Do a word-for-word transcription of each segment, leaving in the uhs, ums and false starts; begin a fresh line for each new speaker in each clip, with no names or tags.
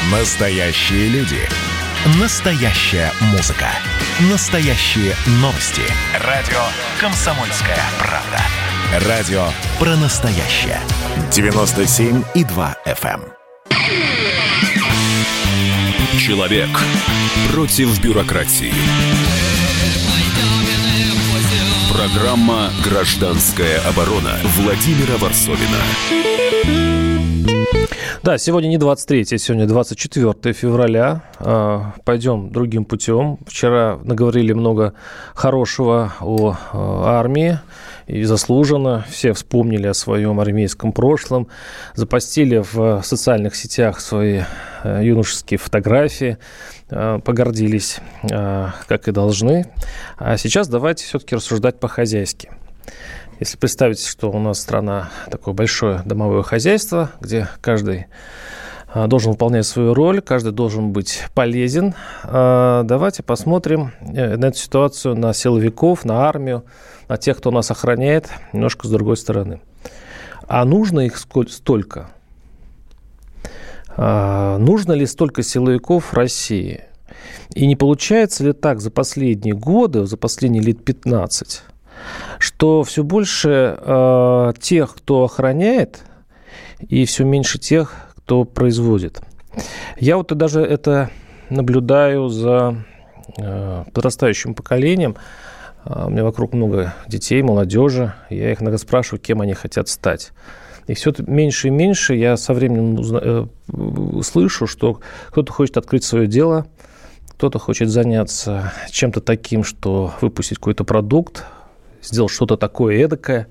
Настоящие люди. Настоящая музыка. Настоящие новости. Радио «Комсомольская правда». Радио про настоящее. девяносто семь и два эф эм.
Человек против бюрократии. Программа «Гражданская оборона» Владимира Варсовина.
Да, сегодня не двадцать третье, сегодня двадцать четвёртое февраля. Пойдем другим путем. Вчера наговорили много хорошего о армии. И заслуженно. Все вспомнили о своем армейском прошлом. Запостили в социальных сетях свои юношеские фотографии. Погордились, как и должны. А сейчас давайте все-таки рассуждать по-хозяйски. Если представить, что у нас страна такое большое домовое хозяйство, где каждый должен выполнять свою роль, каждый должен быть полезен, давайте посмотрим на эту ситуацию, на силовиков, на армию, на тех, кто нас охраняет, немножко с другой стороны. А нужно их столько? Нужно ли столько силовиков в России? И не получается ли так за последние годы, за последние лет пятнадцать, что все больше э, тех, кто охраняет, и все меньше тех, кто производит. Я вот и даже это наблюдаю за э, подрастающим поколением. Uh, у меня вокруг много детей, молодежи. Я их иногда спрашиваю, кем они хотят стать. И все меньше и меньше я со временем узна- э, слышу, что кто-то хочет открыть свое дело, кто-то хочет заняться чем-то таким, что выпустить какой-то продукт, сделать что-то такое эдакое.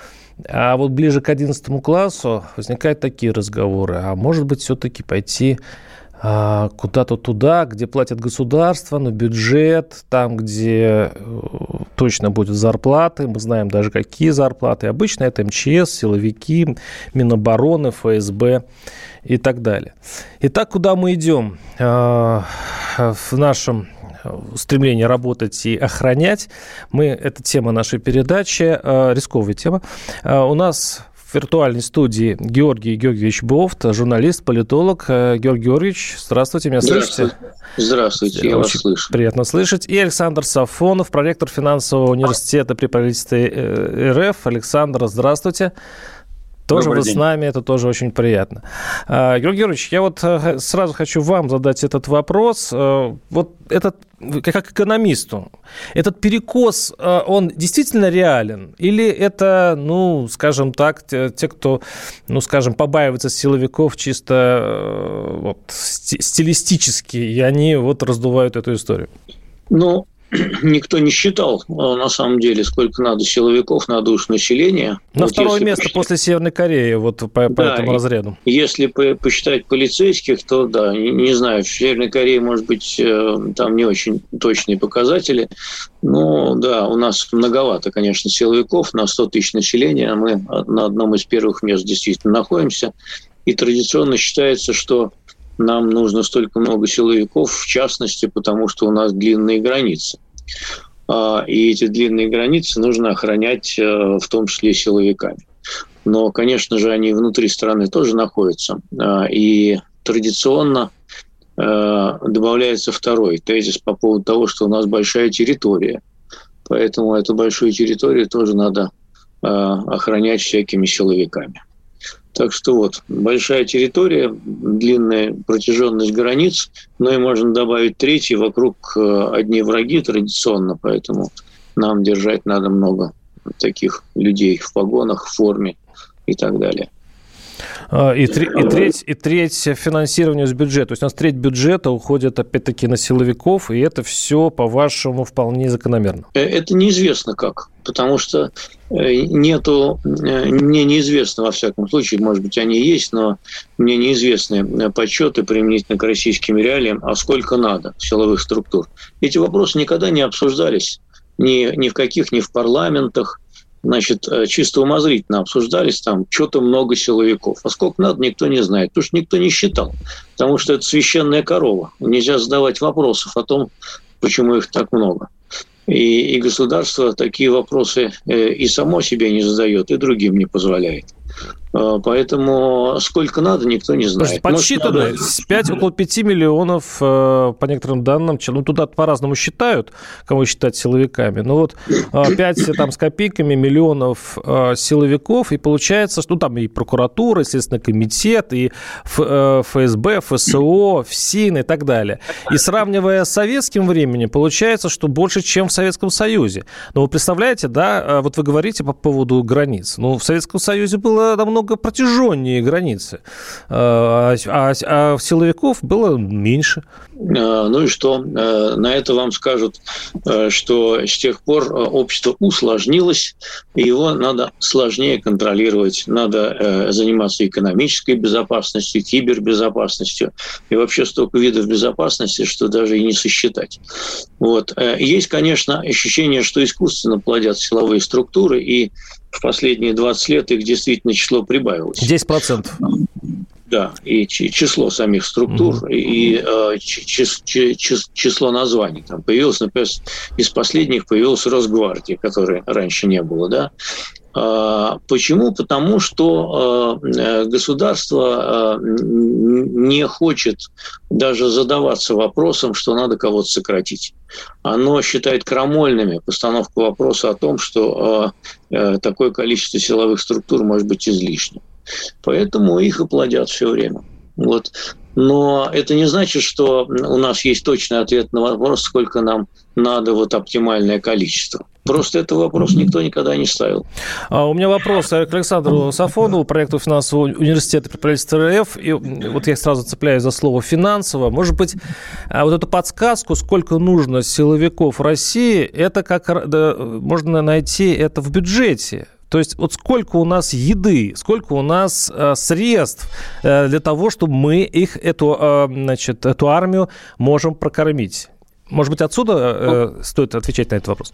А вот ближе к одиннадцатому классу возникают такие разговоры. А может быть, все-таки пойти а, куда-то туда, где платят государство, на бюджет, там, где точно будут зарплаты. Мы знаем даже, какие зарплаты. Обычно это эм че эс, силовики, Минобороны, эф эс бэ и так далее. Итак, куда мы идем а, в нашем стремлении работать и охранять? Мы, это тема нашей передачи, э, рисковая тема. Э, у нас в виртуальной студии Георгий Георгиевич Бофт, журналист, политолог. Э, Георгий Георгиевич, здравствуйте, меня слышите?
Здравствуйте, я вас слышу.
Приятно слышать. И Александр Сафонов, проректор финансового университета при правительстве эр эф. Александр, здравствуйте. Тоже Добрый вы день. С нами, это тоже очень приятно. Георгий Георгиевич, я вот сразу хочу вам задать этот вопрос. Вот этот, как экономисту, этот перекос, он действительно реален? Или это, ну, скажем так, те, те кто, ну, скажем, побаиваются силовиков чисто вот, стилистически, и они вот раздувают эту историю?
Ну, никто не считал, на самом деле, сколько надо силовиков на душу населения.
На
вот
второе место
посчитать...
после Северной Кореи, вот по, по да, этому разряду.
Если посчитать полицейских, то, да, не, не знаю, в Северной Корее, может быть, там не очень точные показатели. Но, да, у нас многовато, конечно, силовиков на сто тысяч населения. Мы на одном из первых мест действительно находимся. И традиционно считается, что нам нужно столько много силовиков, в частности, потому что у нас длинные границы. И эти длинные границы нужно охранять, в том числе силовиками. Но, конечно же, они внутри страны тоже находятся. И традиционно добавляется второй тезис по поводу того, что у нас большая территория. Поэтому эту большую территорию тоже надо охранять всякими силовиками. Так что вот, большая территория, длинная протяженность границ, ну и можно добавить третий, вокруг одни враги традиционно, поэтому нам держать надо много таких людей в погонах, в форме и так далее.
И, три, и, треть, и треть финансирования с бюджета. То есть у нас треть бюджета уходит опять-таки на силовиков, и это все, по-вашему, вполне закономерно?
Это неизвестно как, потому что нету, мне неизвестно, во всяком случае, может быть, они есть, но мне неизвестны подсчеты применительно к российским реалиям, а сколько надо силовых структур. Эти вопросы никогда не обсуждались ни, ни в каких, ни в парламентах. Значит, чисто умозрительно обсуждались, там, что-то много силовиков. А сколько надо, никто не знает, потому что никто не считал. Потому что это священная корова. Нельзя задавать вопросов о том, почему их так много. И, и государство такие вопросы и само себе не задает, и другим не позволяет. Поэтому сколько надо, никто не знает.
Подсчитано, надо... пять, около пяти миллионов, по некоторым данным, ну, туда по-разному считают, кого считать силовиками, но вот пять там, с копейками миллионов силовиков, и получается, что ну, там и прокуратура, и Следственный комитет, и ФСБ, ФСО, ФСИН и так далее. И сравнивая с советским временем, получается, что больше, чем в Советском Союзе. Но вы представляете, да, вот вы говорите по поводу границ. Ну, в Советском Союзе было намного протяженнее границы, а, а, а силовиков было меньше.
Ну и что? На это вам скажут, что с тех пор общество усложнилось, и его надо сложнее контролировать. Надо заниматься экономической безопасностью, кибербезопасностью, и вообще столько видов безопасности, что даже и не сосчитать. Вот. Есть, конечно, ощущение, что искусственно плодят силовые структуры, и в последние двадцать лет их действительно число прибавилось.
десять процентов.
Да, и число самих структур, mm-hmm. и э, чис, чис, число названий. Там появилось, например, из последних появилась Росгвардия, которой раньше не было, да. А, почему? Потому что э, государство э, не хочет даже задаваться вопросом, что надо кого-то сократить. Оно считает крамольными постановку вопроса о том, что э, э, такое количество силовых структур может быть излишним. Поэтому их и плодят все время. Вот. Но это не значит, что у нас есть точный ответ на вопрос, сколько нам надо вот оптимальное количество. Просто этот вопрос никто никогда не ставил.
А у меня вопрос к Александру Сафонову, проекту финансового университета при правительстве РФ. И вот я сразу цепляюсь за слово «финансово». Может быть, вот эту подсказку, сколько нужно силовиков России, это как да, можно найти это в бюджете. То есть вот сколько у нас еды, сколько у нас э, средств э, для того, чтобы мы их, эту, э, значит, эту армию можем прокормить. Может быть, отсюда э, стоит отвечать на этот вопрос?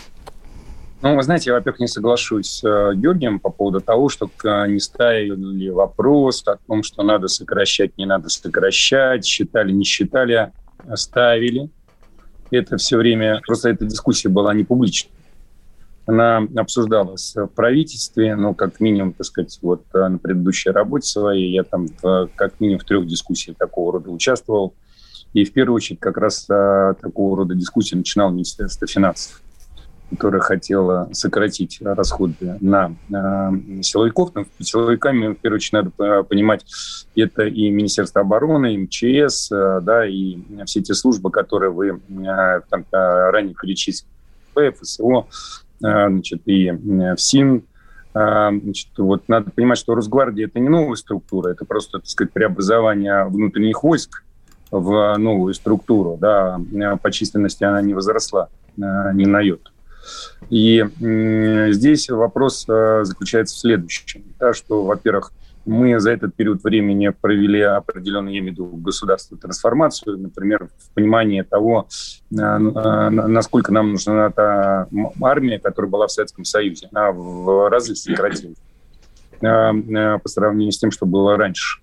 Ну, вы знаете, я, во-первых, не соглашусь с э, Георгием по поводу того, что э, не ставили вопрос о том, что надо сокращать, не надо сокращать, считали, не считали, ставили. Это все время, просто эта дискуссия была не публичной. Она обсуждалась в правительстве, ну, как минимум, так сказать, вот на предыдущей работе своей я там в, как минимум в трех дискуссиях такого рода участвовал. И в первую очередь как раз а, такого рода дискуссии начинал Министерство финансов, которое хотело сократить расходы на а, силовиков. Но силовиками, в первую очередь, надо понимать, это и Министерство обороны, и эм че эс, а, да, и все те службы, которые вы а, там, а, ранее перечислили, эф эс о, значит, и ФСИН. Значит, вот надо понимать, что Росгвардия – это не новая структура, это просто, так сказать, преобразование внутренних войск в новую структуру. Да, по численности она не возросла ни на йоту. И здесь вопрос заключается в следующем. Да, что, во-первых, мы за этот период времени провели определенную, я имею в виду, государственную трансформацию, например, в понимании того, насколько нам нужна та армия, которая была в Советском Союзе. Она в разы сократилась по сравнению с тем, что было раньше.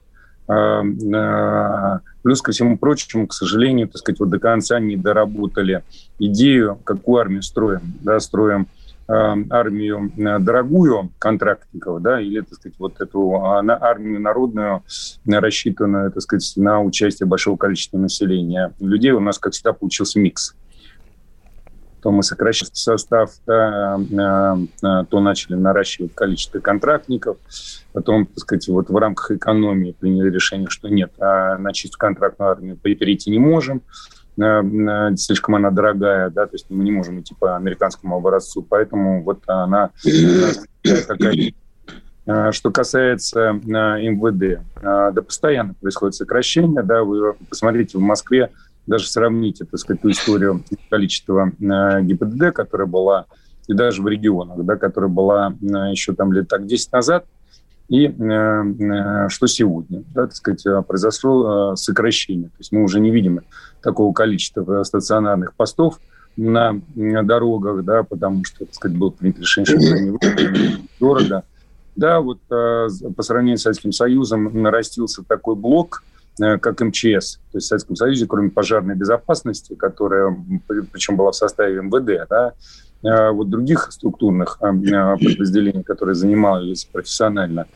Плюс ко всему прочему, к сожалению, так сказать, вот до конца не доработали идею, какую армию строим. Да, строим армию дорогую контрактников, да, или, так сказать, вот эту армию народную, рассчитанную, так сказать, на участие большого количества населения. Людей у нас, как всегда, получился микс. То мы сокращали состав, да, то начали наращивать количество контрактников, потом, так сказать, вот в рамках экономии приняли решение, что нет, а на чистую контрактную армию перейти не можем. Слишком она дорогая, да, то есть мы не можем идти по американскому образцу, поэтому вот она такая. Что касается эм вэ дэ, да, постоянно происходит сокращение, да, вы посмотрите, в Москве даже сравните, так сказать, ту историю количества гэ пэ дэ дэ, которая была, и даже в регионах, да, которая была еще там лет так десять назад, и э, что сегодня, да, так сказать, произошло сокращение. То есть мы уже не видим такого количества стационарных постов на дорогах, да, потому что, так сказать, было принято решение, что это не дорого. Да, вот э, по сравнению с Советским Союзом нарастился такой блок, э, как эм че эс. То есть в Советском Союзе, кроме пожарной безопасности, которая, причем была в составе эм вэ дэ, да, вот других структурных подразделений, которые занимались профессионально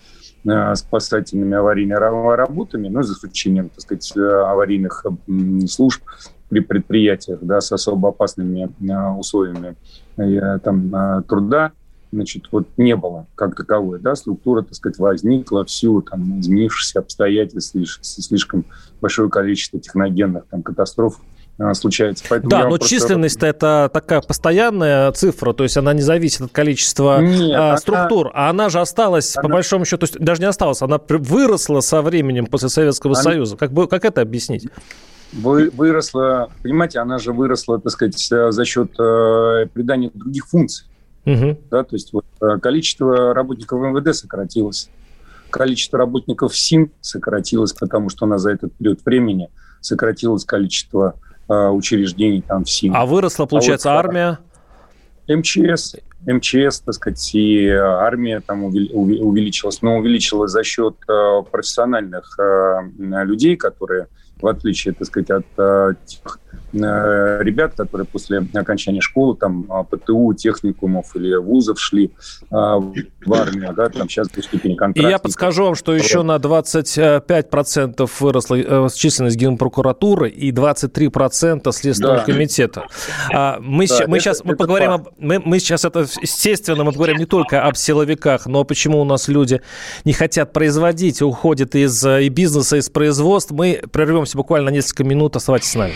спасательными аварийными работами, ну, за исключением, так сказать, аварийных служб при предприятиях, да, с особо опасными условиями там, труда, значит, вот не было как таковой, да, структура, так сказать, возникла в силу там изменившихся обстоятельств, слишком большое количество техногенных там катастроф случается. Поэтому
да, но
просто...
численность это такая постоянная цифра, то есть она не зависит от количества Нет, а, структур, она... а она же осталась, она... по большому счету, то есть даже не осталась, она выросла со временем после Советского она... Союза. Как, бы, как это объяснить?
Вы, выросла, понимаете, она же выросла, так сказать, за счет э, придания других функций. Угу. Да, то есть вот, количество работников МВД сократилось, количество работников СИН сократилось, потому что у нас за этот период времени сократилось количество э, учреждений там в СИН.
А выросла, получается, а вот, армия?
МЧС, МЧС, так сказать, и армия там увеличилась, но увеличилась за счет э, профессиональных э, людей, которые, в отличие, так сказать, от э, тех э, ребят, которые после окончания школы, там, ПТУ, техникумов или вузов шли э, в армию, да, там сейчас до степени контрактника.
И я подскажу вам, что еще на двадцать пять процентов выросла э, численность Генпрокуратуры и двадцать три процента Следственного да. комитета. А, мы, да, мы это, сейчас мы поговорим об, мы, мы сейчас это, естественно, мы поговорим не только об силовиках, но почему у нас люди не хотят производить, уходят из и бизнеса, из производства. Мы прервемся буквально на несколько минут. Оставайтесь с нами.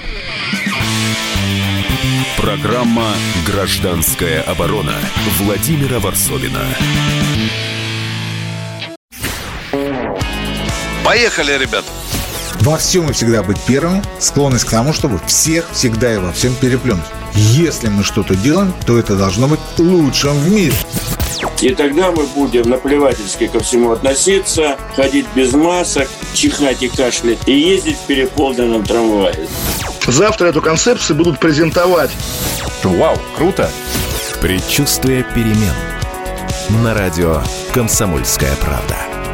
Программа «Гражданская оборона» Владимира Варсовина.
Поехали, ребят!
Во всем и всегда быть первыми, склонность к тому, чтобы всех всегда и во всем переплюнуть. Если мы что-то делаем, то это должно быть лучшим в мире.
И тогда мы будем наплевательски ко всему относиться, ходить без масок, чихать и кашлять и ездить в переполненном трамвае.
Завтра эту концепцию будут презентовать.
Вау, круто! Предчувствие перемен. На радио «Комсомольская правда».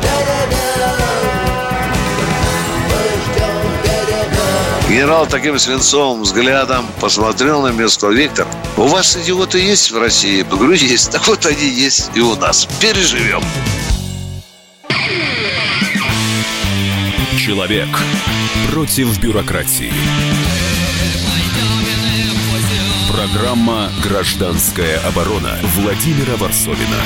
Генерал таким свинцовым взглядом посмотрел на меня и сказал: Виктор, у вас идиоты есть в России? Я говорю, есть. Так вот они есть и у нас. Переживем.
Человек против бюрократии. Программа «Гражданская оборона» Владимира Варсовина.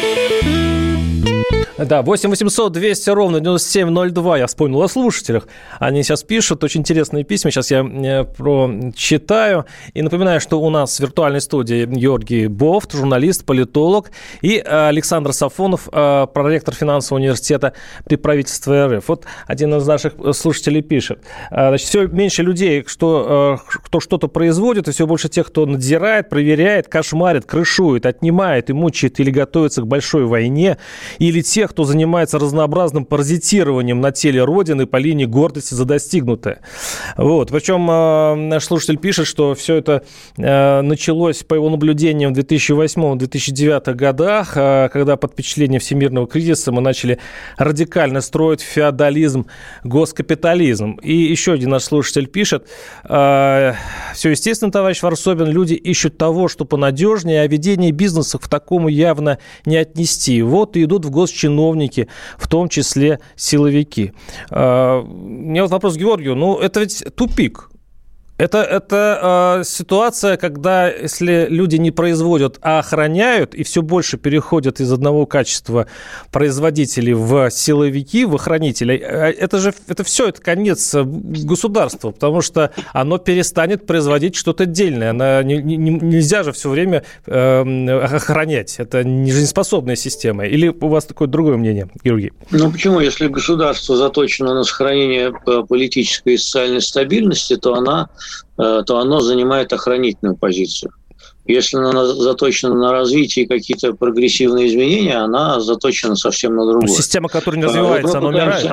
Да, восемь восемьсот двести ровно девяносто семь ноль два. Я вспомнил о слушателях. Они сейчас пишут очень интересные письма. Сейчас я прочитаю. И напоминаю, что у нас в виртуальной студии Георгий Бофт, журналист, политолог, и Александр Сафонов, проректор финансового университета при правительстве РФ. Вот один из наших слушателей пишет. Значит, все меньше людей, что, кто что-то производит, и все больше тех, кто надзирает, проверяет, кошмарит, крышует, отнимает и мучает или готовится к большой войне, или тех, кто занимается разнообразным паразитированием на теле Родины по линии гордости за достигнутое. Вот. Причем э, наш слушатель пишет, что все это э, началось, по его наблюдениям, в две тысячи восьмом - две тысячи девятом годах, э, когда под впечатлением всемирного кризиса мы начали радикально строить феодализм, госкапитализм. И еще один наш слушатель пишет: э, все естественно, товарищ Варсобин, люди ищут того, что понадежнее, а ведение бизнеса к такому явно не отнести. Вот и идут в госчиновники, в том числе силовики. У меня вот вопрос к Георгию. Ну, это ведь тупик. Это, это э, ситуация, когда если люди не производят, а охраняют, и все больше переходят из одного качества производителей в силовики, в охранителей, это же это все, это конец государства, потому что оно перестанет производить что-то отдельное. Оно, не, не, нельзя же все время э, охранять. Это не жизнеспособная система. Или у вас такое другое мнение, Георгий?
Ну почему? Если государство заточено на сохранение политической и социальной стабильности, то она то оно занимает охранительную позицию. Если она заточена на развитие и какие-то прогрессивные изменения, она заточена совсем на другое.
Система, которая не развивается, она умирает.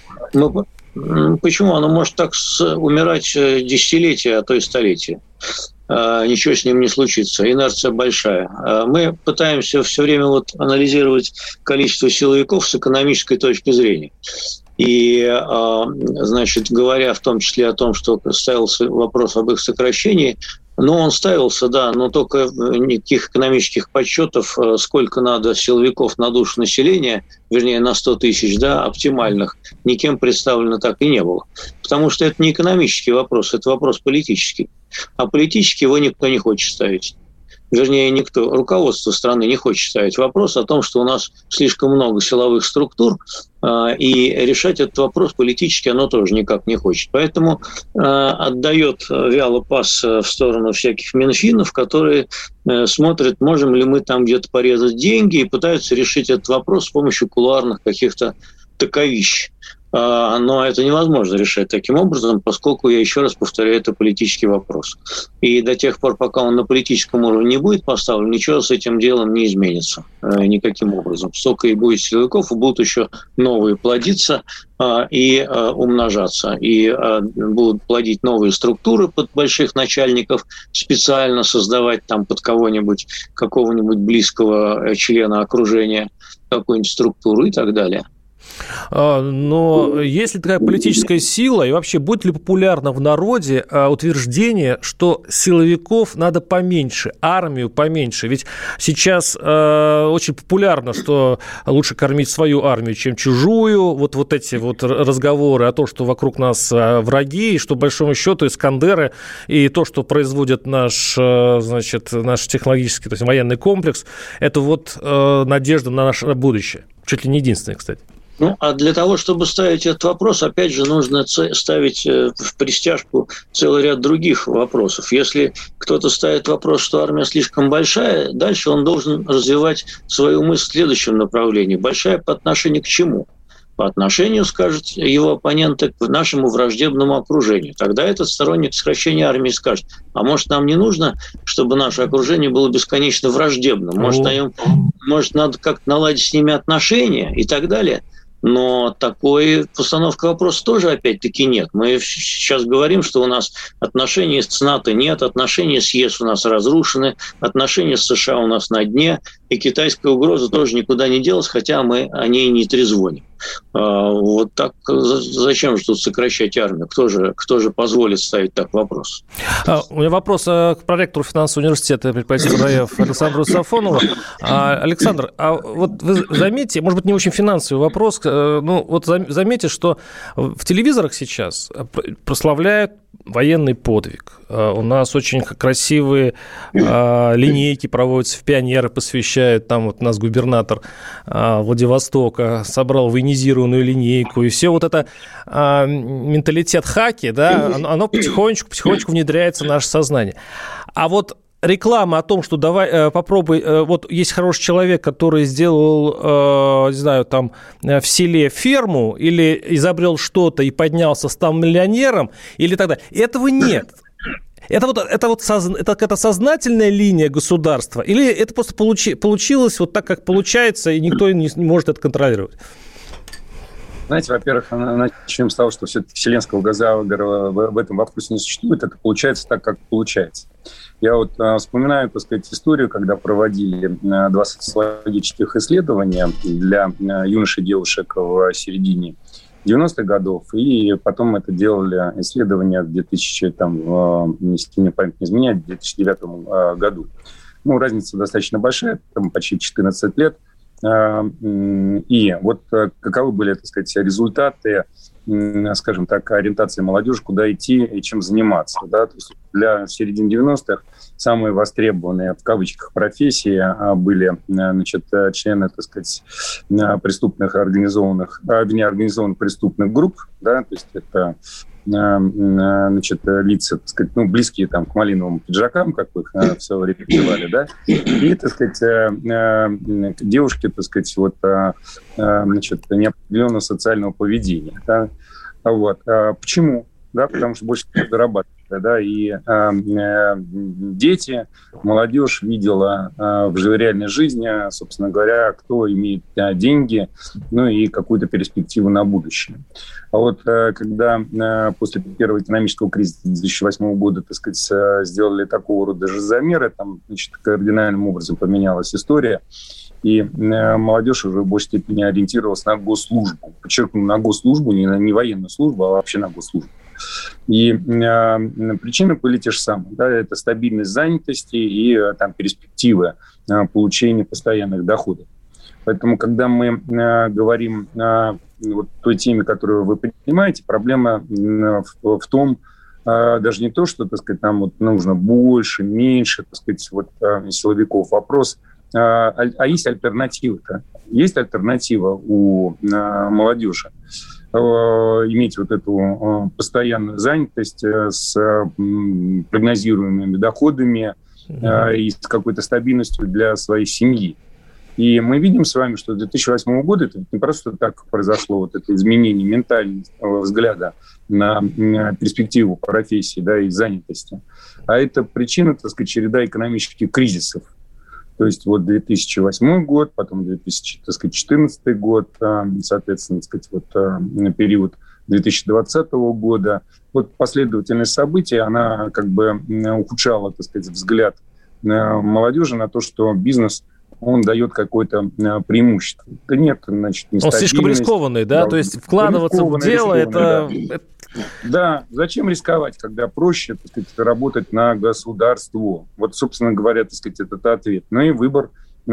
Мы, почему? Она может так умирать десятилетия, а то и столетия. Ничего с ним не случится. Инерция большая. Мы пытаемся все время вот анализировать количество силовиков с экономической точки зрения. И, значит, говоря в том числе о том, что ставился вопрос об их сокращении, Ну, он ставился, да, но только никаких экономических подсчетов, сколько надо силовиков на душу населения, вернее, на сто тысяч, да, оптимальных, никем представлено так и не было. Потому что это не экономический вопрос, это вопрос политический. А политически его никто не хочет ставить. Вернее, никто, руководство страны не хочет ставить вопрос о том, что у нас слишком много силовых структур, и решать этот вопрос политически оно тоже никак не хочет. Поэтому отдает вяло пас в сторону всяких минфинов, которые смотрят, можем ли мы там где-то порезать деньги, и пытаются решить этот вопрос с помощью кулуарных каких-то таковищ. Но это невозможно решать таким образом, поскольку, я еще раз повторяю, это политический вопрос. И до тех пор, пока он на политическом уровне не будет поставлен, ничего с этим делом не изменится никаким образом. Столько и будет силовиков, и будут еще новые плодиться и умножаться. И будут плодить новые структуры под больших начальников, специально создавать там под кого-нибудь, какого-нибудь близкого члена окружения какую-нибудь структуру и так далее.
Но есть ли такая политическая сила и вообще будет ли популярно в народе утверждение, что силовиков надо поменьше, армию поменьше? Ведь сейчас э, очень популярно, что лучше кормить свою армию, чем чужую. Вот, вот эти вот разговоры о том, что вокруг нас враги, и что, по большому счету, Искандеры и то, что производит наш, значит, наш технологический, то есть военный комплекс, это вот э, надежда на наше будущее. Чуть ли не единственное, кстати.
Ну, а для того, чтобы ставить этот вопрос, опять же, нужно ставить в пристяжку целый ряд других вопросов. Если кто-то ставит вопрос, что армия слишком большая, дальше он должен развивать свою мысль в следующем направлении. Большая по отношению к чему? По отношению, скажет его оппоненты, к нашему враждебному окружению. Тогда этот сторонник сокращения армии скажет, а может, нам не нужно, чтобы наше окружение было бесконечно враждебным? Может, наем, может надо как-то наладить с ними отношения и так далее? Но такой постановки вопроса тоже, опять-таки, нет. Мы сейчас говорим, что у нас отношения с НАТО нет, отношения с ЕС у нас разрушены, отношения с США у нас на дне, и китайская угроза тоже никуда не делась, хотя мы о ней не трезвоним. Вот так зачем же тут сокращать армию? Кто же, кто же позволит ставить так вопрос?
А, у меня вопрос к проректору финансового университета преподавателю РАЭФ Александру Сафонову. А, Александр, а вот вы заметите, может быть, не очень финансовый вопрос, ну вот заметьте, что в телевизорах сейчас прославляют военный подвиг. У нас очень красивые а, линейки проводятся в пионеры, посвящают. Там вот у нас губернатор а, Владивостока собрал военизированную линейку. И все вот это а, менталитет хаки, да, оно, оно потихонечку, потихонечку внедряется в наше сознание. А вот реклама о том, что давай попробуй, вот есть хороший человек, который сделал, не знаю, там в селе ферму или изобрел что-то и поднялся, стал миллионером или так далее. Этого нет. Это вот, это вот соз, это какая-то сознательная линия государства или это просто получи, получилось вот так, как получается, и никто не, не может это контролировать?
Знаете, во-первых, начнем с того, что все-таки вселенского заговора в этом вопросе не существует. Это получается так, как получается. Я вот а, вспоминаю, так сказать, историю, когда проводили а, два социологических исследования для а, юношей и девушек в середине девяностых годов, и потом это делали исследования в две тысячи, там, если мне память не изменяет, в две тысячи девятом а, году. Ну, разница достаточно большая, там почти четырнадцать лет. И вот каковы были, так сказать, результаты, скажем так, ориентации молодежи, куда идти и чем заниматься. Да? То есть для середины девяностых самые востребованные, в кавычках, профессии были, значит, члены, так сказать, преступных организованных, вернее, организованных преступных групп, да? То есть это, значит, лица, так сказать, ну, близкие там к малиновым пиджакам, как вы их в свое время называли, да, и, так сказать, девушки, так сказать, вот, значит, неопределенного социального поведения, да? Вот. Почему? Да, потому что больше зарабатывают. Да, и э, дети, молодежь видела э, в реальной жизни, собственно говоря, кто имеет э, деньги, ну и какую-то перспективу на будущее. А вот э, когда э, после первого экономического кризиса две тысячи восьмого года, так сказать, сделали такого рода же замеры, там, значит, кардинальным образом поменялась история, и э, молодежь уже в большей степени ориентировалась на госслужбу. Подчеркну, на госслужбу, не на не военную службу, а вообще на госслужбу. И э, причины были те же самые. Да, это стабильность занятости и э, там, перспективы э, получения постоянных доходов. Поэтому, когда мы э, говорим о вот, той теме, которую вы поднимаете, проблема э, в, в том, э, даже не то, что, так сказать, нам вот нужно больше, меньше, так сказать, вот, э, силовиков. Вопрос, э, а, а есть альтернатива-то? Есть альтернатива у э, молодежи? Э, иметь вот эту э, постоянную занятость э, с э, прогнозируемыми доходами э, и с какой-то стабильностью для своей семьи. И мы видим с вами, что с две тысячи восьмого года это не просто так произошло, вот это изменение ментального взгляда на, на перспективу профессии, да, и занятости, а это причина, так сказать, череда экономических кризисов. То есть вот две тысячи восьмой год, потом две тысячи четырнадцатый год, соответственно, так сказать, вот период две тысячи двадцатого года. Вот последовательность событий, она как бы ухудшала, так сказать, взгляд молодежи на то, что бизнес он дает какое-то преимущество. Да нет, значит, нестабильность. Он
слишком рискованный, да? да То есть вкладываться в дело, это...
Да. да, зачем рисковать, когда проще, так сказать, работать на государство? Вот, собственно говоря, так сказать, этот ответ. Ну и выбор,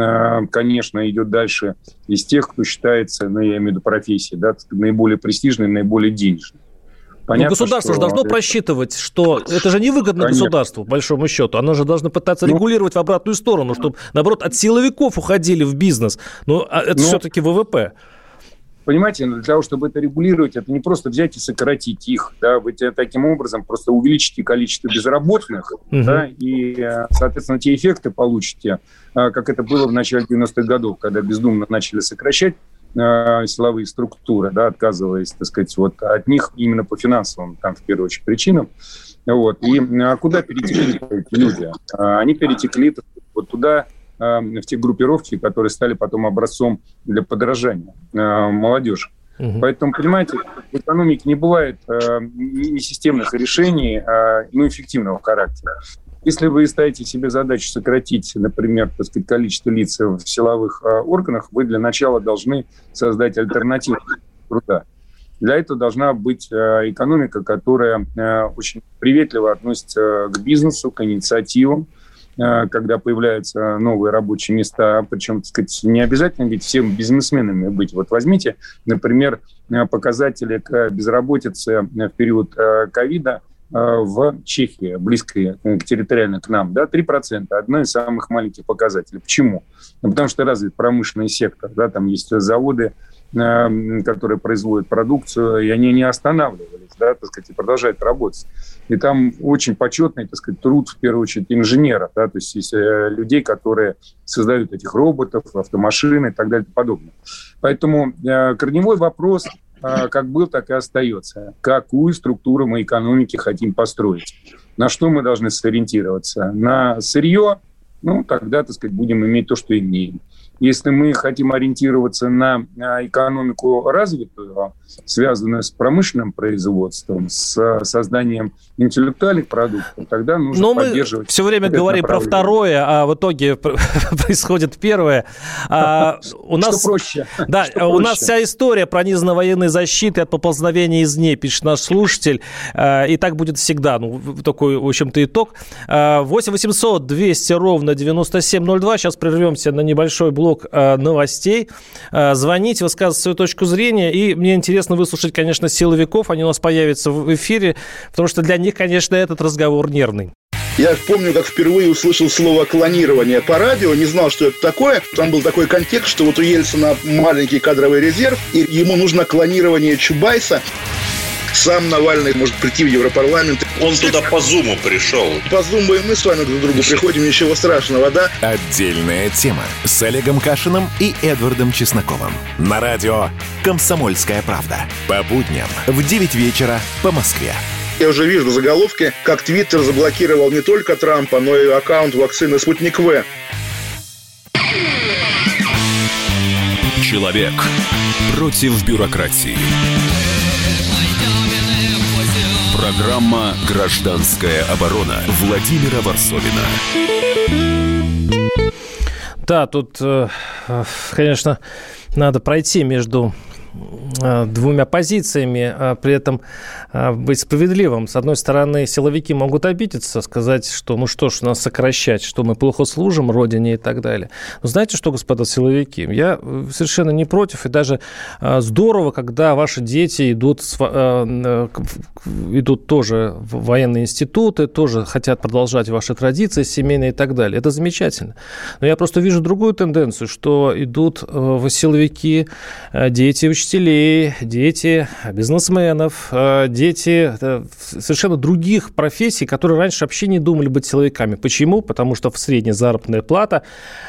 конечно, идет дальше из тех, кто считается, ну, я имею в виду профессии, да, наиболее престижной, наиболее денежной.
Понятно, но государство что... же должно просчитывать, что это же невыгодно Конечно. государству, по большому счету. Оно же должно пытаться ну, регулировать в обратную сторону, чтобы, наоборот, от силовиков уходили в бизнес. Но это ну, все-таки ВВП.
Понимаете, для того, чтобы это регулировать, это не просто взять и сократить их. Да, вы таким образом просто увеличите количество безработных, угу. да, и, соответственно, те эффекты получите, как это было в начале девяностых годов, когда бездумно начали сокращать силовые структуры, да, отказываясь, так сказать, вот от них именно по финансовым, там, в первую очередь, причинам. Вот. И а куда перетекли эти люди? Они перетекли вот туда, в те группировки, которые стали потом образцом для подражания молодежи. Угу. Поэтому, понимаете, в экономике не бывает ни системных решений, но эффективного характера. Если вы ставите себе задачу сократить, например, так сказать, количество лиц в силовых э, органах, вы для начала должны создать альтернативу труда. Для этого должна быть э, экономика, которая э, очень приветливо относится к бизнесу, к инициативам, э, когда появляются новые рабочие места. Причем, так сказать, не обязательно ведь всем бизнесменами быть. Вот возьмите, например, показатели к безработице в период ковида, в Чехии, близкой территориально к нам, да, три процента, одно из самых маленьких показателей. Почему? Ну, потому что развит промышленный сектор, да, там есть заводы, э, которые производят продукцию, и они не останавливались, да, так сказать, и продолжают работать. И там очень почетный, так сказать, труд, в первую очередь, инженеров, да, то есть, есть э, людей, которые создают этих роботов, автомашины и так далее и подобное. Поэтому э, корневой вопрос как был, так и остается. Какую структуру мы экономики хотим построить? На что мы должны сориентироваться? На сырье? Ну, тогда, так сказать, будем иметь то, что имеем. Если мы хотим ориентироваться на экономику развитую, связанную с промышленным производством, с созданием интеллектуальных продуктов, тогда нужно Но поддерживать...
мы все время говорим про второе, а в итоге происходит первое. А, у нас,
что проще?
Да,
что
у
проще?
нас вся история пронизана военной защитой от поползновения извне, пишет наш слушатель. И так будет всегда. Ну, такой, в общем-то, итог. восемь восемьсот двести ровно девяносто семь ноль два. Сейчас прервемся на небольшой блок новостей. Звоните, высказывайте свою точку зрения. И мне интересно выслушать, конечно, силовиков. Они у нас появятся в эфире, потому что для них, конечно, этот разговор нервный.
Я помню, как впервые услышал слово «клонирование» по радио, не знал, что это такое. Там был такой контекст, что вот у Ельцина маленький кадровый резерв, и ему нужно клонирование Чубайса. Сам Навальный может прийти в Европарламент.
Он туда по Зуму пришел.
По Зуму и мы с вами друг к другу приходим, ничего страшного, да?
Отдельная тема с Олегом Кашиным и Эдвардом Чесноковым. На радио «Комсомольская правда». По будням в девять вечера по Москве.
Я уже вижу заголовки, как Твиттер заблокировал не только Трампа, но и аккаунт вакцины «Спутник В».
Человек против бюрократии. Программа «Гражданская оборона» Владимира Варсовина.
Да, тут, конечно, надо пройти между двумя позициями, при этом быть справедливым. С одной стороны, силовики могут обидеться, сказать, что ну что ж, нас сокращать, что мы плохо служим Родине и так далее. Но знаете что, господа силовики, я совершенно не против, и даже здорово, когда ваши дети идут, идут тоже в военные институты, тоже хотят продолжать ваши традиции семейные и так далее. Это замечательно. Но я просто вижу другую тенденцию, что идут в силовики дети учителей, дети бизнесменов, дети совершенно других профессий, которые раньше вообще не думали быть силовиками. Почему? Потому что в средняя заработная плата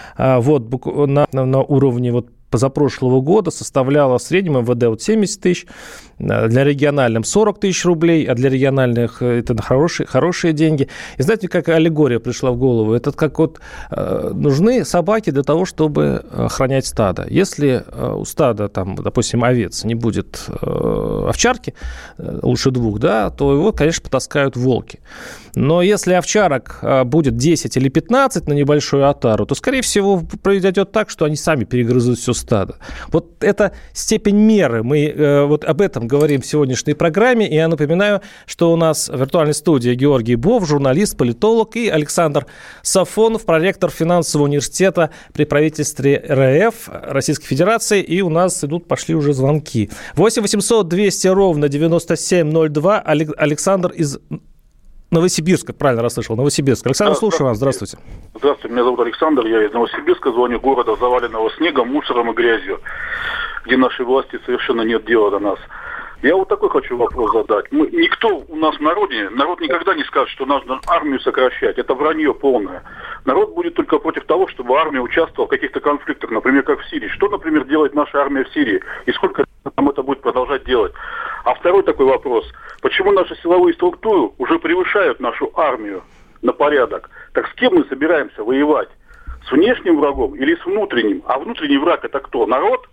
вот, на, на уровне вот позапрошлого года составляла в среднем эм вэ дэ вот семьдесят тысяч, для региональных сорок тысяч рублей, а для региональных это хорошие, хорошие деньги. И знаете, как аллегория пришла в голову? Это как вот э, нужны собаки для того, чтобы охранять стадо. Если э, у стада, там, допустим, овец не будет э, овчарки, э, лучше двух, да, то его, конечно, потаскают волки. Но если овчарок э, будет десять или пятнадцать на небольшую отару, то, скорее всего, произойдет так, что они сами перегрызут все стадо. Вот это степень меры. Мы э, вот об этом говорим в сегодняшней программе. И я напоминаю, что у нас в виртуальной студии Георгий Бов, журналист, политолог, и Александр Сафонов, проректор финансового университета при правительстве эр эф Российской Федерации. И у нас идут, пошли уже звонки. восемь восемьсот двести ровно девяносто семь ноль два. Александр из Новосибирска, правильно расслышал, Новосибирск. Александр, да, слушаю вас, здравствуйте.
Здравствуйте, меня зовут Александр, я из Новосибирска, звоню, города, заваленного снегом, мусором и грязью, где нашей власти совершенно нет дела до нас. Я вот такой хочу вопрос задать. Мы, никто у нас в народе, народ никогда не скажет, что нужно армию сокращать. Это вранье полное. Народ будет только против того, чтобы армия участвовала в каких-то конфликтах, например, как в Сирии. Что, например, делает наша армия в Сирии? И сколько там это будет продолжать делать? А второй такой вопрос. Почему наши силовые структуры уже превышают нашу армию на порядок? Так с кем мы собираемся воевать? С внешним врагом или с внутренним? А внутренний враг это кто? Народ?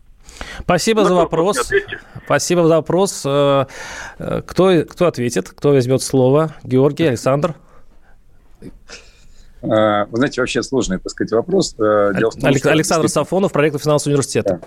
Спасибо за вопрос. Спасибо за вопрос. Кто, кто ответит? Кто возьмет слово? Георгий, Александр?
Вы знаете, вообще сложный, так сказать, вопрос. Дело в том,
Александр действительно... Сафонов, проректор финансового университета.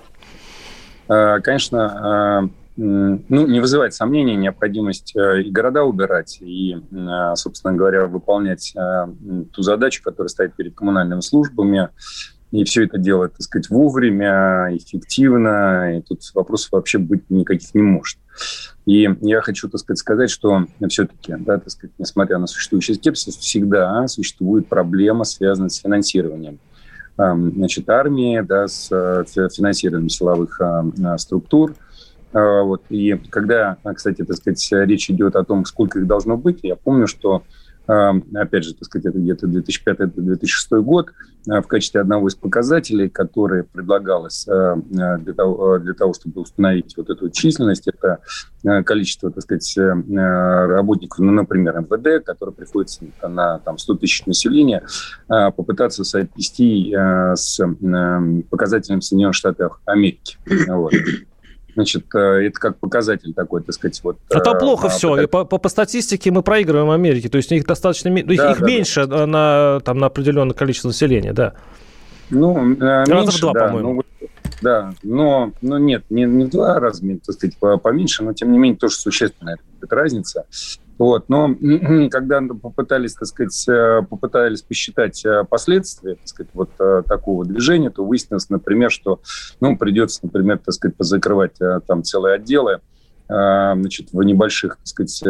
Конечно, ну, не вызывает сомнений необходимость и города убирать, и, собственно говоря, выполнять ту задачу, которая стоит перед коммунальными службами. И все это делать, так сказать, вовремя, эффективно. И тут вопросов вообще быть никаких не может. И я хочу, так сказать, сказать, что все-таки, да, так сказать, несмотря на существующий скепсис, всегда существует проблема, связанная с финансированием. Значит, армии, да, с финансированием силовых структур. Вот. И когда, кстати, так сказать, речь идет о том, сколько их должно быть, я помню, что опять же, так сказать, это где-то две тысячи пятый - две тысячи шестой год, в качестве одного из показателей, которые предлагалось для того, для того, чтобы установить вот эту численность, это количество, так сказать, работников, ну, например, эм вэ дэ, которое приходится на там, сто тысяч населения, попытаться соотнести с показателем Соединенных Штатов Америки. Вот. Значит, это как показатель такой, так сказать, вот...
А там плохо а, все. По, по, по статистике мы проигрываем Америке. То есть их достаточно... Да, их да, меньше да. На, там, на определенное количество населения, да.
Ну, раза меньше, в два, да, по-моему. Ну, да, но, но нет, не, не в два раза, так сказать, поменьше, но, тем не менее, тоже существенная эта разница. Вот. Но когда попытались, так сказать, попытались посчитать последствия, так сказать, вот такого движения, то выяснилось, например, что, ну, придется, например, так сказать, позакрывать там целые отделы, значит, в небольших, так сказать,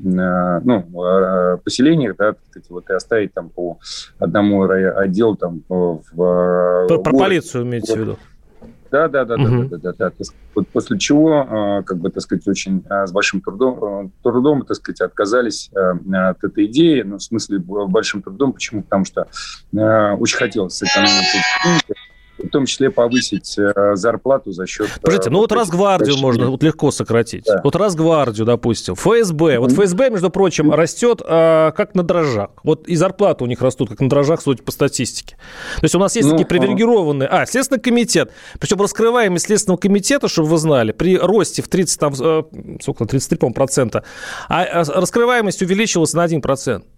ну, поселениях, да, так сказать, вот, и оставить там по одному отделу там в...
Про, про полицию имеете в виду?
Да, да, да, угу. да, да, да, да. Вот после чего, как бы, так сказать, очень с большим трудом, трудом, так сказать, отказались от этой идеи. Ну, в смысле, большим трудом. Почему? Потому что очень хотелось сэкономить, в том числе повысить зарплату за счет...
Подождите, ну вот Росгвардию можно вот легко сократить. Да. Вот Росгвардию, допустим, эф эс бэ. Вот эф эс бэ, между прочим, растет а, как на дрожжах. Вот и зарплаты у них растут как на дрожжах, судя по статистике. То есть у нас есть ну, такие привилегированные... А, Следственный комитет. Причем раскрываемость Следственного комитета, чтобы вы знали, при росте в тридцать, там, сколько, тридцать три процента, а раскрываемость увеличилась на один процент.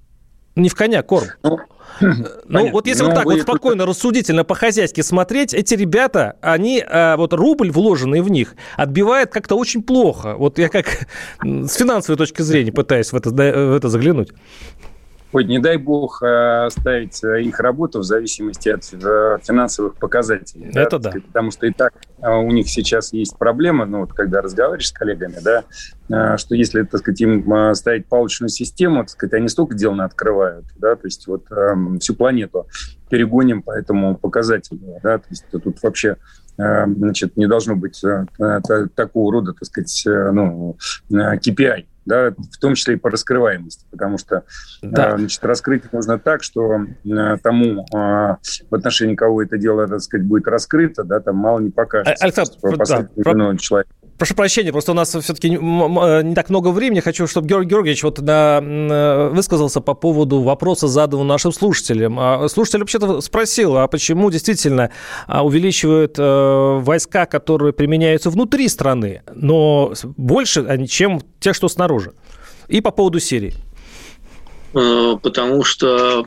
Не в коня, корм. Ну, ну вот если ну, вот так вы... вот спокойно, рассудительно, по-хозяйски смотреть, эти ребята, они, а, вот рубль, вложенный в них, отбивает как-то очень плохо. Вот я как с финансовой точки зрения пытаюсь в это, в это заглянуть.
Ой, не дай бог ставить их работу в зависимости от финансовых показателей.
Это да.
да. Потому что и так у них сейчас есть проблема, ну вот когда разговариваешь с коллегами, да, что если, так сказать, им ставить палочную систему, так сказать, они столько дел открывают, да, то есть вот всю планету перегоним по этому показателю, да, то есть тут вообще значит, не должно быть такого рода, так сказать, ну, кей пи ай. Да, в том числе и по раскрываемости, потому что да. значит, раскрыть можно так, что тому, в отношении кого это дело, так сказать, будет раскрыто, да, там мало не покажется.
Александр, да, человек. Прошу прощения, просто у нас все-таки не так много времени. Хочу, чтобы Георгий Георгиевич вот на, высказался по поводу вопроса, заданного нашим слушателям. Слушатель вообще-то спросил, а почему действительно увеличивают войска, которые применяются внутри страны, но больше, чем те, что снаружи? И по поводу Сирии.
Потому что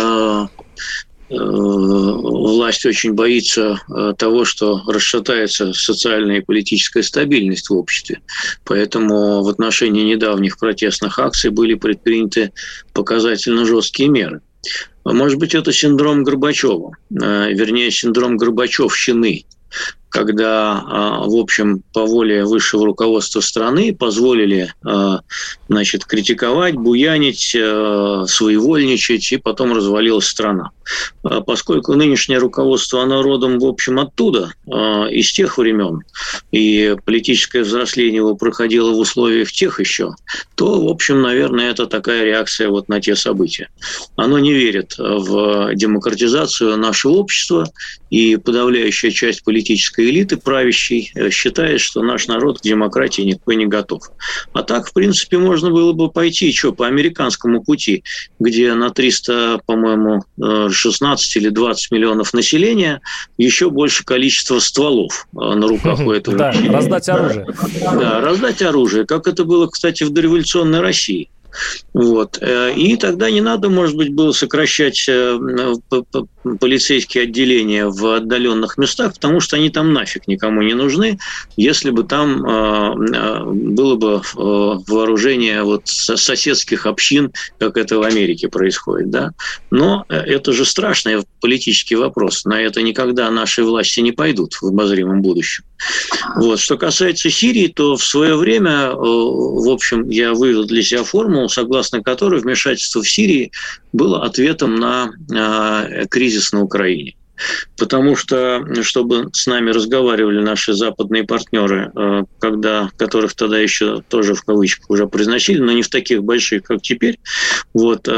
власть очень боится того, что расшатается социальная и политическая стабильность в обществе. Поэтому в отношении недавних протестных акций были предприняты показательно жесткие меры. Может быть, это синдром Горбачева, вернее, синдром Горбачевщины, когда, в общем, по воле высшего руководства страны позволили, значит, критиковать, буянить, своевольничать, и потом развалилась страна. Поскольку нынешнее руководство, оно родом, в общем, оттуда, из тех времен, и политическое взросление его проходило в условиях тех еще, то, в общем, наверное, это такая реакция вот на те события. Оно не верит в демократизацию нашего общества, и подавляющая часть политической элиты правящей считает, что наш народ к демократии никакой не готов. А так, в принципе, можно было бы пойти что, по американскому пути, где на триста, по-моему, шестнадцать или двадцать миллионов населения еще больше количества стволов на руках у этого.
Да, раздать оружие.
Да, раздать оружие, как это было, кстати, в дореволюционной России. Вот. И тогда не надо, может быть, было сокращать полицейские отделения в отдаленных местах, потому что они там нафиг никому не нужны, если бы там было бы вооружение вот соседских общин, как это в Америке происходит. Да? Но это же страшный политический вопрос. На это никогда наши власти не пойдут в обозримом будущем. Вот. Что касается Сирии, то в свое время, в общем, я вывел для себя формулу, согласно которой вмешательство в Сирии было ответом на кризис на Украине. Потому что, чтобы с нами разговаривали наши западные партнеры, когда, которых тогда еще тоже в кавычках уже произносили, но не в таких больших, как теперь, вот,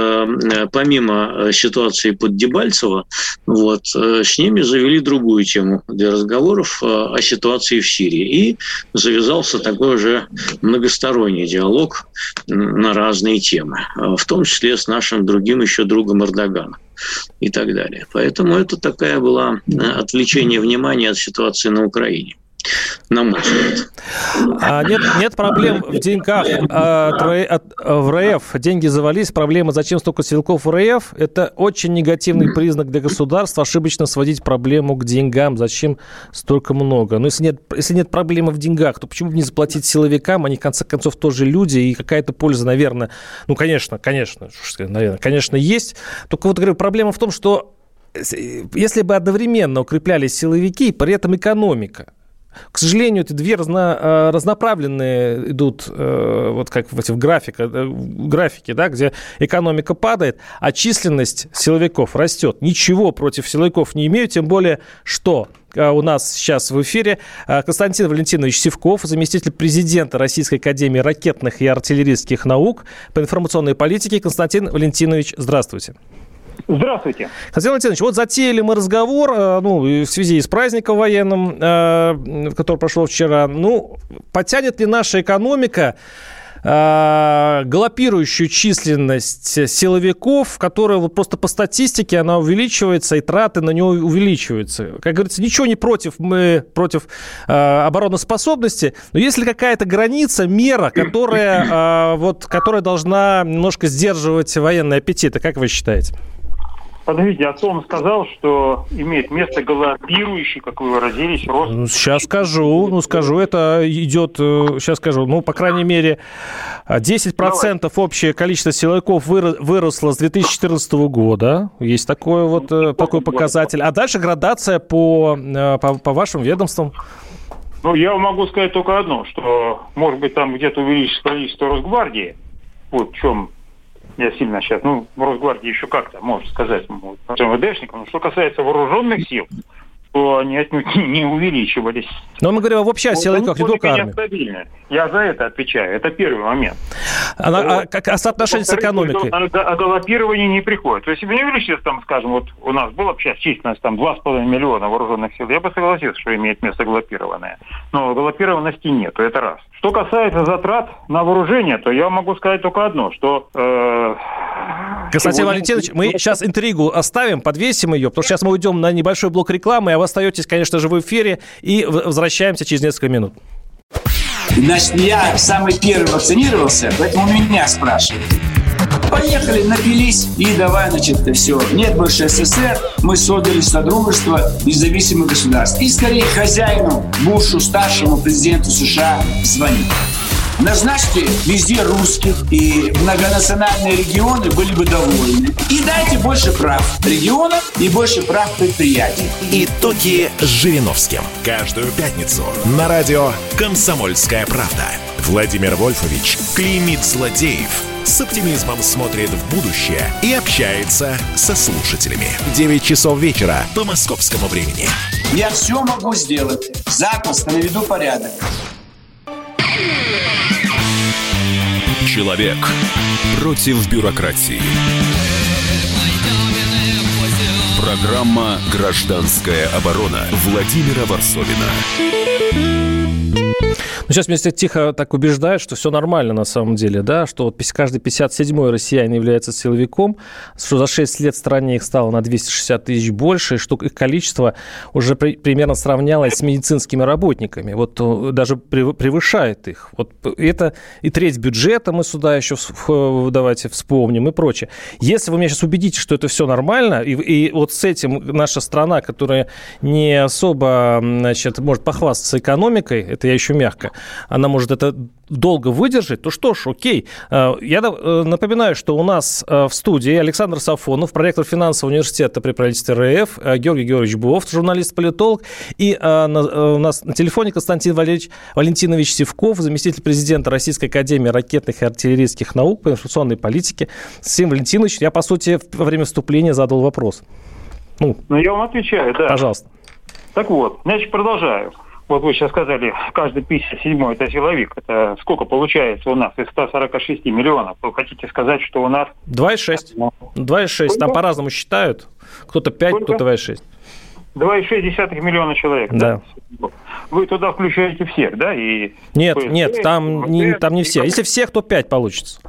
помимо ситуации под Дебальцево, вот, с ними завели другую тему для разговоров о ситуации в Сирии. И завязался такой уже многосторонний диалог на разные темы, в том числе с нашим другим еще другом Эрдоганом и так далее. Поэтому это такая была отвлечение внимания от ситуации на Украине. На мой взгляд.
А нет, нет проблем в деньгах а, в РФ. Деньги завались. Проблема, зачем столько силовиков в РФ, это очень негативный признак для государства. Ошибочно сводить проблему к деньгам. Зачем столько много? Но если нет, если нет проблемы в деньгах, то почему бы не заплатить силовикам? Они, в конце концов, тоже люди. И какая-то польза, наверное, ну, конечно, конечно, наверное, конечно, есть. Только вот, говорю, проблема в том, что если бы одновременно укреплялись силовики, при этом экономика, к сожалению, эти две разно, разноправленные идут, вот как в этих графиках, графике, да, где экономика падает, а численность силовиков растет. Ничего против силовиков не имею, тем более, что у нас сейчас в эфире Константин Валентинович Сивков, заместитель президента Российской академии ракетных и артиллерийских наук по информационной политике. Константин Валентинович, здравствуйте.
Здравствуйте.
Константин Валентинович, вот затеяли мы разговор, ну, в связи с праздником военным, который прошел вчера. Ну, потянет ли наша экономика э, галопирующую численность силовиков, которая вот просто по статистике она увеличивается, и траты на нее увеличиваются. Как говорится, ничего не против, мы против э, обороноспособности, но есть ли какая-то граница, мера, которая, э, вот, которая должна немножко сдерживать военные аппетиты, как вы считаете?
Подождите, а то он сказал, что имеет место галопирующий, как вы выразились, рост.
Ну, сейчас скажу, ну скажу, это идет, сейчас скажу, ну, по крайней мере, десять процентов Давай. Общее количество силовиков выросло с две тысячи четырнадцатого года, есть такой вот ну, такой показатель. А дальше градация по, по, по вашим ведомствам.
Ну, я могу сказать только одно, что, может быть, там где-то увеличится количество Росгвардии, вот в чем... Я сильно сейчас, ну, в Росгвардии еще как-то, можно сказать, МВДшникам. Но что касается вооруженных сил, то они отнюдь не увеличивались.
Но мы говорим вообще о силовиках, не только армии.
Стабильны. Я за это отвечаю. Это первый момент.
А, вот. а, а, а соотношение с экономикой?
О, о галопировании не приходит. То есть, если бы не увеличилось, там, скажем, вот у нас была сейчас численность там два с половиной миллиона вооруженных сил, я бы согласился, что имеет место галопированное. Но галопированности нет, это раз. Что касается затрат на вооружение, то я могу сказать только одно, что... Э,
Константин сегодня... Валентинович, мы сейчас интригу оставим, подвесим ее, потому что сейчас мы уйдем на небольшой блок рекламы, а вы остаетесь, конечно же, в эфире, и возвращаемся через несколько минут.
Значит, я самый первый вакцинировался, поэтому меня спрашивают. Поехали, напились, и давай, значит, все. Нет больше СССР, мы создали Содружество независимых государств. И скорее хозяину, Бушу, старшему президенту США звонить. Назначьте везде русских, и многонациональные регионы были бы довольны. И дайте больше прав регионам и больше прав предприятий.
Итоги с Жириновским. Каждую пятницу на радио «Комсомольская правда». Владимир Вольфович клеймит злодеев, с оптимизмом смотрит в будущее и общается со слушателями. девять часов вечера по московскому времени.
Я все могу сделать. Запросто наведу порядок.
Человек против бюрократии. Программа «Гражданская оборона» Владимира Варсовина.
Ну, сейчас меня тихо так убеждают, что все нормально на самом деле, да, что вот каждый пятьдесят седьмой россиянин является силовиком, что за шесть лет в стране их стало на двести шестьдесят тысяч больше, и что их количество уже при, примерно сравнялось с медицинскими работниками, вот даже превышает их. Вот это и треть бюджета мы сюда еще давайте вспомним и прочее. Если вы меня сейчас убедите, что это все нормально, и, и вот с этим наша страна, которая не особо, значит, может похвастаться экономикой, это я еще мягко, она может это долго выдержать, то что ж, окей. Я напоминаю, что у нас в студии Александр Сафонов, проректор финансового университета при правительстве РФ, Георгий Георгиевич Буов, журналист-политолог, и у нас на телефоне Константин Валерьевич, Валентинович Сивков, заместитель президента Российской академии ракетных и артиллерийских наук по информационной политике. Константин Валентинович, я, по сути, во время вступления задал вопрос.
Ну, ну я вам отвечаю, да.
Пожалуйста.
Так вот, значит, продолжаю. Вот вы сейчас сказали, каждый пятьдесят седьмой это силовик. Это сколько получается у нас из ста сорока шести миллионов? Вы хотите сказать, что у нас...
два и шесть. два и шесть. Там по-разному считают. Кто-то пять, Сколько? Кто-то два и шесть.
два и шесть десятых миллиона человек.
Да.
да. Вы туда включаете всех, да? И
нет, ПСТ, нет, там не, там не все. Если всех, то пять получится.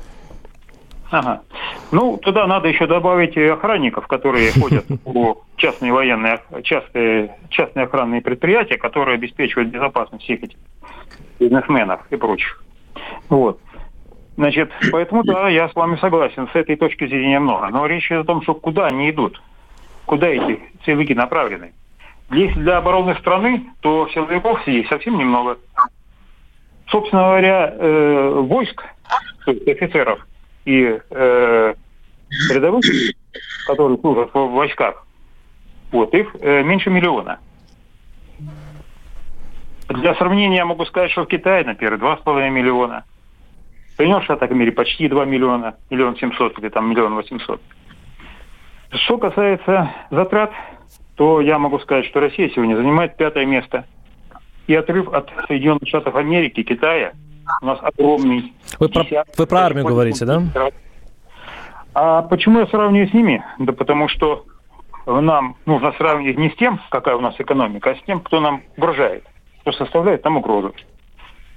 Ага. Ну, туда надо еще добавить охранников, которые ходят по частные военные, частные, частные охранные предприятия, которые обеспечивают безопасность всех этих бизнесменов и прочих. Вот. Значит, поэтому, да, я с вами согласен, с этой точки зрения много. Но речь идет о том, что куда они идут, куда эти силовики направлены. Если для обороны страны, то силовиков здесь совсем немного. Собственно говоря, э, войск, то есть офицеров, и э, рядовых, которые служат в войсках, вот, их э, меньше миллиона. Для сравнения я могу сказать, что в Китае, например, два с половиной миллиона. В Соединенных Штатах Америки почти два миллиона, миллион семьсот или там миллион восемьсот. Что касается затрат, то я могу сказать, что Россия сегодня занимает пятое место. И отрыв от Соединенных Штатов Америки, Китая у нас огромный.
Вы про, вы про армию говорите, да?
А почему я сравниваю с ними? Да потому что нам нужно сравнивать не с тем, какая у нас экономика, а с тем, кто нам угрожает, кто составляет нам угрозу.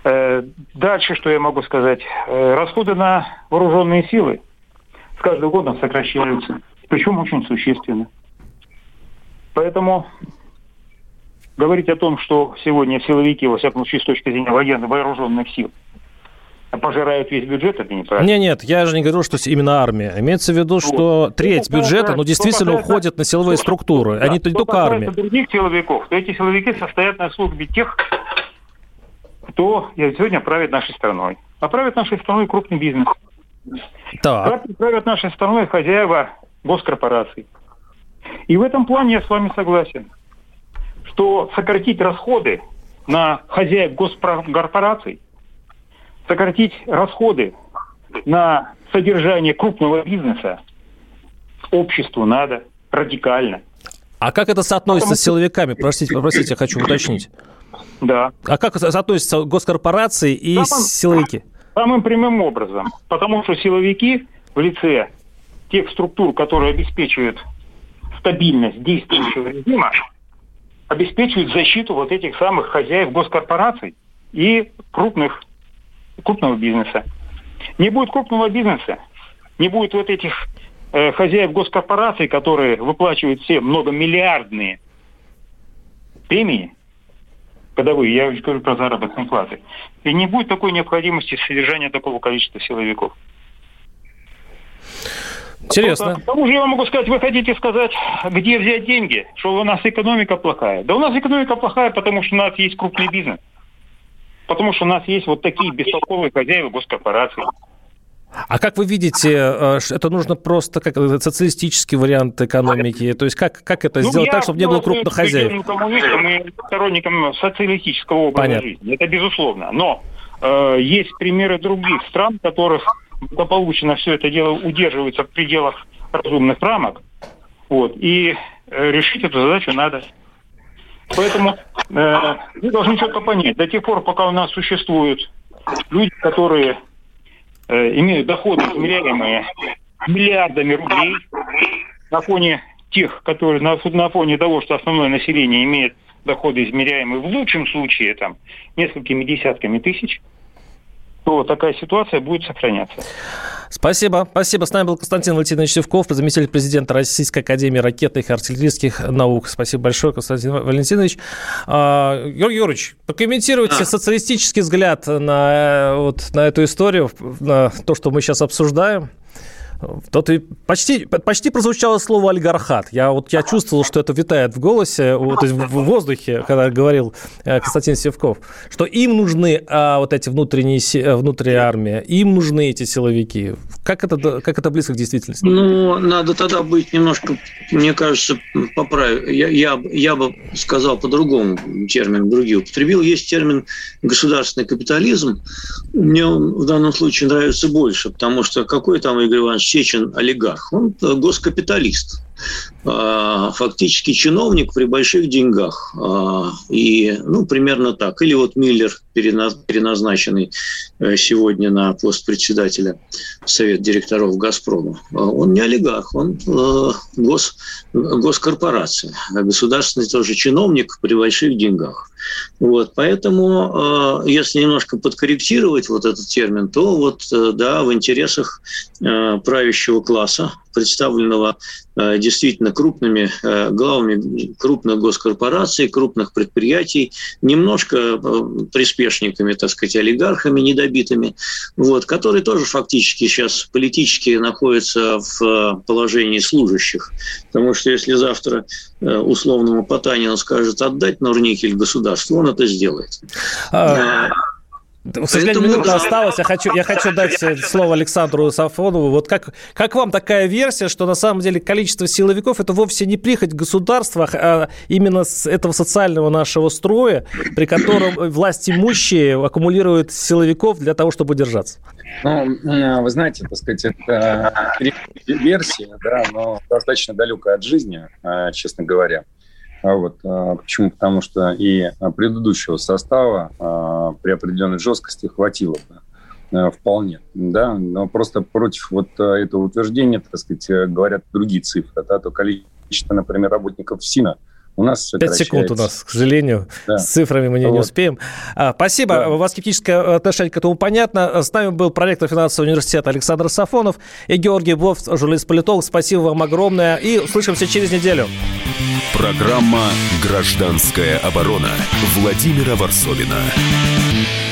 Дальше, что я могу сказать. Расходы на вооруженные силы с каждым годом сокращаются, причем очень существенно. Поэтому говорить о том, что сегодня силовики, во всяком случае, с точки зрения военных вооруженных сил, пожирают весь бюджет, это неправильно.
Нет, нет, я же не говорю, что именно армия. Имеется в виду, что треть бюджета, ну, действительно уходит на силовые структуры, а не только армия.
Что других силовиков, то эти силовики состоят на службе тех, кто сегодня правит нашей страной. А правит нашей страной крупный бизнес.
Так.
Правят нашей страной хозяева госкорпораций. И в этом плане я с вами согласен, что сократить расходы на хозяев госкорпораций, сократить расходы на содержание крупного бизнеса обществу надо радикально.
А как это соотносится с силовиками? Простите, простите, я хочу уточнить.
Да.
А как соотносятся госкорпорации и самым, силовики?
Самым прямым образом. Потому что силовики в лице тех структур, которые обеспечивают стабильность действующего режима, обеспечивают защиту вот этих самых хозяев госкорпораций и крупных, крупного бизнеса. Не будет крупного бизнеса, не будет вот этих э, хозяев госкорпораций, которые выплачивают все многомиллиардные премии, годовые, я уже говорю про заработные платы, и не будет такой необходимости содержания такого количества силовиков.
Интересно.
К тому же я вам могу сказать, вы хотите сказать, где взять деньги, что у нас экономика плохая. Да у нас экономика плохая, потому что у нас есть крупный бизнес. Потому что у нас есть вот такие бестолковые хозяева госкорпораций.
А как вы видите, это нужно просто как социалистический вариант экономики? То есть как, как это ну, сделать так, чтобы не было крупных хозяев?
Я коммунистом и сторонником социалистического образа Понятно. жизни. Это безусловно. Но э, есть примеры других стран, в которых благополучно все это дело удерживается в пределах разумных рамок. Вот, и э, решить эту задачу надо. Поэтому э, вы должны четко понять, до тех пор, пока у нас существуют люди, которые э, имеют доходы, измеряемые миллиардами рублей, на фоне тех, которые на, на фоне того, что основное население имеет доходы, измеряемые в лучшем случае там несколькими десятками тысяч, то такая ситуация будет сохраняться.
Спасибо. Спасибо. С нами был Константин Валентинович Сивков, заместитель президента Российской академии ракетных и артиллерийских наук. Спасибо большое, Константин Валентинович. А, Георгий Георгиевич, прокомментируйте а. социалистический взгляд на, вот, на эту историю, на то, что мы сейчас обсуждаем. Тут и почти, почти прозвучало слово «олигархат». Я, вот, я чувствовал, что это витает в голосе, вот, то есть в воздухе, когда говорил Константин Сивков, что им нужны а, вот эти внутренние, внутренние армии, им нужны эти силовики. Как это, как это близко к действительности?
Ну, надо тогда быть немножко, мне кажется, поправить. Я, я, я бы сказал по-другому термин, другие употребил. Есть термин «государственный капитализм». Мне он в данном случае нравится больше, потому что какой там, Игорь Иванович, Чечин олигарх, он госкапиталист, фактически чиновник при больших деньгах. И, ну, примерно так. Или вот Миллер, переназначенный сегодня на пост председателя Совета директоров «Газпрома». Он не олигарх, он гос, госкорпорация. А государственный тоже чиновник при больших деньгах. Вот, поэтому, если немножко подкорректировать вот этот термин, то вот, да, в интересах правящего класса, представленного действительно крупными главами крупных госкорпораций, крупных предприятий, немножко приспешниками, так сказать, олигархами недобитыми, вот, которые тоже фактически сейчас политически находятся в положении служащих. Потому что если завтра условному Потанину скажут отдать Норникель государству, он это сделает.
А... К сожалению, минута осталась. Я хочу, я хочу дать слово Александру Сафонову. Вот как, как вам такая версия, что на самом деле количество силовиков – это вовсе не прихоть государства, а именно с этого социального нашего строя, при котором власть имущие аккумулируют силовиков для того, чтобы держаться?
Ну, вы знаете, так сказать, это версия, да, но достаточно далекая от жизни, честно говоря. Вот. Почему? Потому что и предыдущего состава а, при определенной жесткости хватило бы а, вполне. Да? Но просто против вот этого утверждения, так сказать, говорят другие цифры. Да? То количество, например, работников ФСИНа У нас
Пять секунд у нас, к сожалению. Да. С цифрами мы не, вот. не успеем. А, спасибо. Да. У вас скептическое отношение к этому понятно. С нами был проректор финансового университета Александр Сафонов и Георгий Вовк, журналист-политолог. Спасибо вам огромное. И услышимся через неделю.
Программа «Гражданская оборона» Владимира Варсовина.